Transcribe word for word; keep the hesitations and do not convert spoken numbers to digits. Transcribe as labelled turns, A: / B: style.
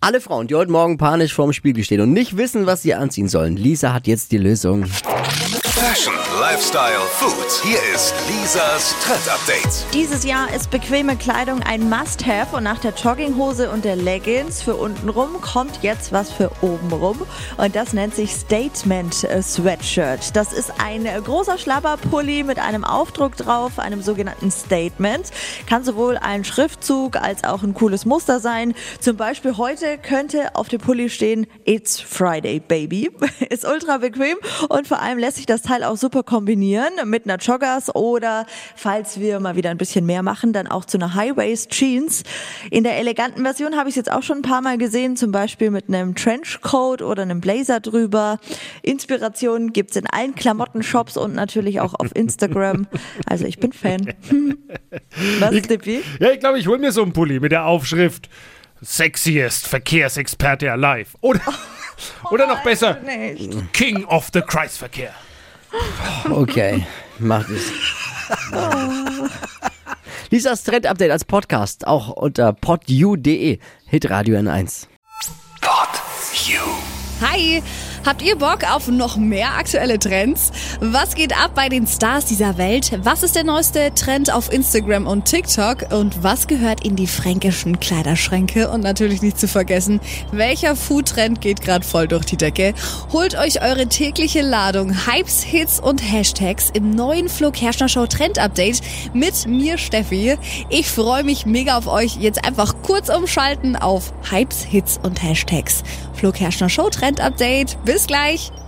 A: Alle Frauen, die heute Morgen panisch vorm Spiegel stehen und nicht wissen, was sie anziehen sollen. Lisa hat jetzt die Lösung.
B: Fashion, Lifestyle, Food. Hier ist Lisas Trend-Update.
C: Dieses Jahr ist bequeme Kleidung ein Must-Have und nach der Jogginghose und der Leggings für untenrum kommt jetzt was für obenrum und das nennt sich Statement Sweatshirt. Das ist ein großer Schlabberpulli mit einem Aufdruck drauf, einem sogenannten Statement. Kann sowohl ein Schriftzug als auch ein cooles Muster sein. Zum Beispiel heute könnte auf dem Pulli stehen It's Friday, baby. Ist ultra bequem und vor allem lässt sich das Teil auch super kombinieren mit einer Joggers oder, falls wir mal wieder ein bisschen mehr machen, dann auch zu einer High-Waist-Jeans. In der eleganten Version habe ich es jetzt auch schon ein paar Mal gesehen, zum Beispiel mit einem Trenchcoat oder einem Blazer drüber. Inspiration gibt es in allen Klamottenshops und natürlich auch auf Instagram. Also ich bin Fan. Was, Dippi?
D: Ja, ich glaube, ich hole mir so einen Pulli mit der Aufschrift Sexiest Verkehrsexperte alive. Oder, oh, oder noch besser, nicht. King of the Kreisverkehr.
A: Okay, macht es. Oh. Lisas Trend-Update als Podcast, auch unter podyou punkt de, Hitradio N eins.
B: Podyou.
E: Hi, habt ihr Bock auf noch mehr aktuelle Trends? Was geht ab bei den Stars dieser Welt? Was ist der neueste Trend auf Instagram und TikTok? Und was gehört in die fränkischen Kleiderschränke? Und natürlich nicht zu vergessen, welcher Food-Trend geht gerade voll durch die Decke? Holt euch eure tägliche Ladung Hypes, Hits und Hashtags im neuen Flo Kerschner Show Trend-Update mit mir, Steffi. Ich freue mich mega auf euch. Jetzt einfach kurz umschalten auf Hypes, Hits und Hashtags. Flo Kerschner Show Trend-Update. Bis gleich!